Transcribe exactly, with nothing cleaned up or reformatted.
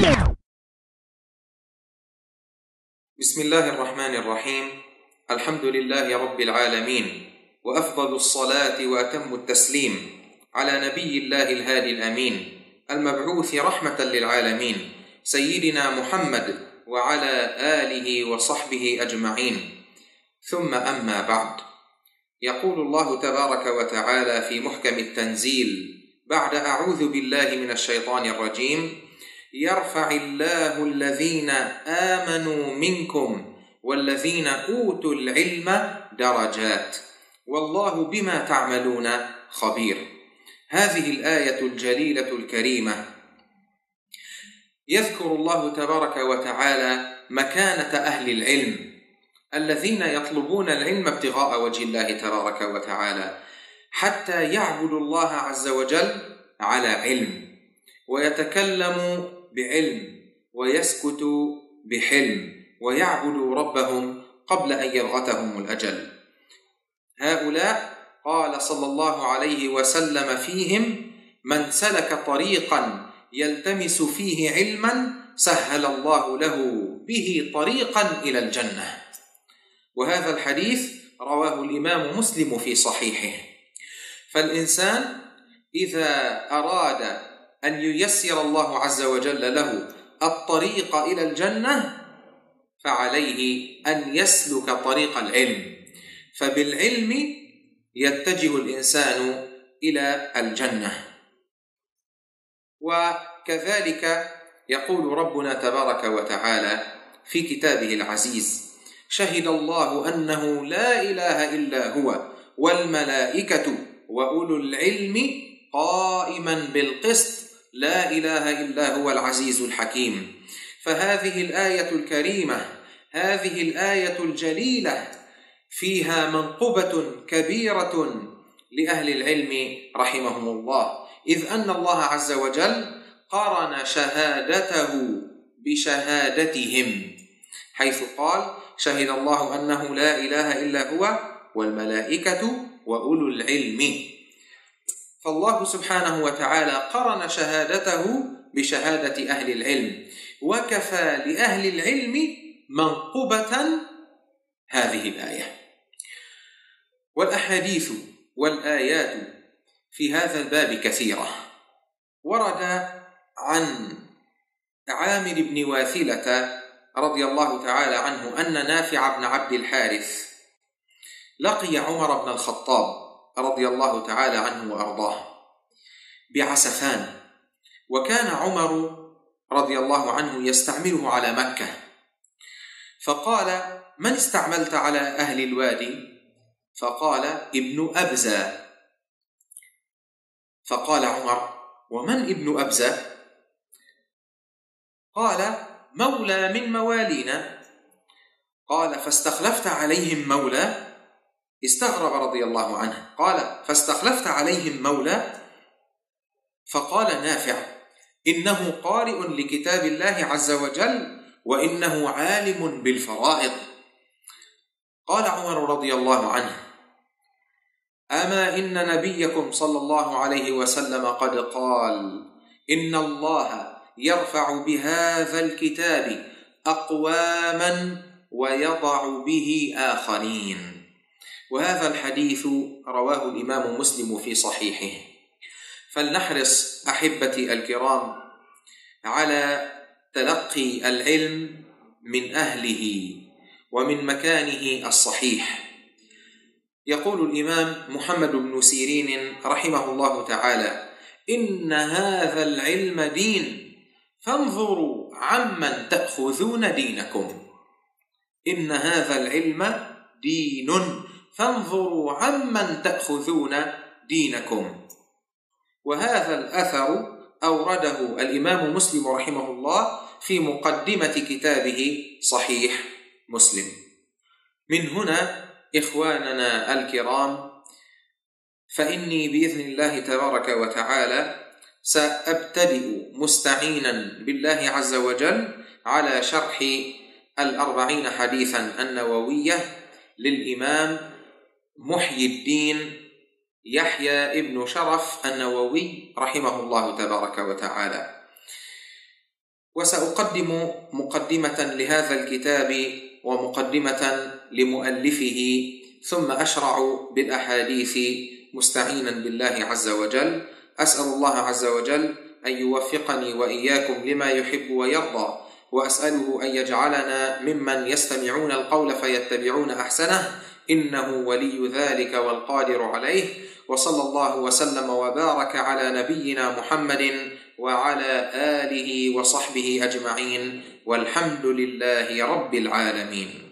بسم الله الرحمن الرحيم. الحمد لله رب العالمين، وأفضل الصلاة وأتم التسليم على نبي الله الهادي الأمين المبعوث رحمة للعالمين سيدنا محمد وعلى آله وصحبه أجمعين. ثم أما بعد، يقول الله تبارك وتعالى في محكم التنزيل بعد أعوذ بالله من الشيطان الرجيم: يرفع الله الذين آمنوا منكم والذين أوتوا العلم درجات والله بما تعملون خبير. هذه الآية الجليلة الكريمة يذكر الله تبارك وتعالى مكانة أهل العلم الذين يطلبون العلم ابتغاء وجه الله تبارك وتعالى، حتى يعبدوا الله عز وجل على علم، ويتكلموا بعلم، ويسكتوا بحلم، ويعبدوا ربهم قبل أن يبغتهم الأجل. هؤلاء قال صلى الله عليه وسلم فيهم: من سلك طريقا يلتمس فيه علما سهل الله له به طريقا إلى الجنة. وهذا الحديث رواه الإمام مسلم في صحيحه. فالإنسان إذا أراد أن ييسر الله عز وجل له الطريق إلى الجنة فعليه أن يسلك طريق العلم، فبالعلم يتجه الإنسان إلى الجنة. وكذلك يقول ربنا تبارك وتعالى في كتابه العزيز: شهد الله أنه لا إله إلا هو والملائكة وأولو العلم قائما بالقسط لا إله إلا هو العزيز الحكيم. فهذه الآية الكريمة، هذه الآية الجليلة، فيها منقبة كبيرة لأهل العلم رحمهم الله، إذ أن الله عز وجل قرن شهادته بشهادتهم، حيث قال: شهد الله أنه لا إله إلا هو والملائكة وأولو العلم. فالله سبحانه وتعالى قرن شهادته بشهادة أهل العلم، وكفى لأهل العلم منقبة هذه الآية. والأحاديث والآيات في هذا الباب كثيرة. ورد عن عامر بن واثلة رضي الله تعالى عنه أن نافع بن عبد الحارث لقي عمر بن الخطاب رضي الله تعالى عنه وأرضاه بعسفان، وكان عمر رضي الله عنه يستعمله على مكة، فقال: من استعملت على أهل الوادي؟ فقال: ابن أبزة. فقال عمر: ومن ابن أبزة؟ قال: مولى من موالينا. قال: فاستخلفت عليهم مولى؟ استغرب رضي الله عنه، قال: فاستخلفت عليهم مولى؟ فقال نافع: إنه قارئ لكتاب الله عز وجل وإنه عالم بالفرائض. قال عمر رضي الله عنه: أما إن نبيكم صلى الله عليه وسلم قد قال: إن الله يرفع بهذا الكتاب أقواما ويضع به آخرين. وهذا الحديث رواه الإمام مسلم في صحيحه. فلنحرص أحبتي الكرام على تلقي العلم من أهله ومن مكانه الصحيح. يقول الإمام محمد بن سيرين رحمه الله تعالى: إن هذا العلم دين فانظروا عمن تأخذون دينكم. إن هذا العلم دين فانظروا عمن تأخذون دينكم. وهذا الأثر أورده الإمام مسلم رحمه الله في مقدمة كتابه صحيح مسلم. من هنا إخواننا الكرام، فإني بإذن الله تبارك وتعالى سأبتدئ مستعينا بالله عز وجل على شرح الأربعين حديثا النووية للإمام محي الدين يحيى ابن شرف النووي رحمه الله تبارك وتعالى. وسأقدم مقدمة لهذا الكتاب ومقدمة لمؤلفه، ثم أشرع بالأحاديث مستعينا بالله عز وجل. أسأل الله عز وجل أن يوفقني وإياكم لما يحب ويرضى، وأسأله أن يجعلنا ممن يستمعون القول فيتبعون أحسنه، إنه ولي ذلك والقادر عليه. وصلى الله وسلم وبارك على نبينا محمد وعلى آله وصحبه أجمعين، والحمد لله رب العالمين.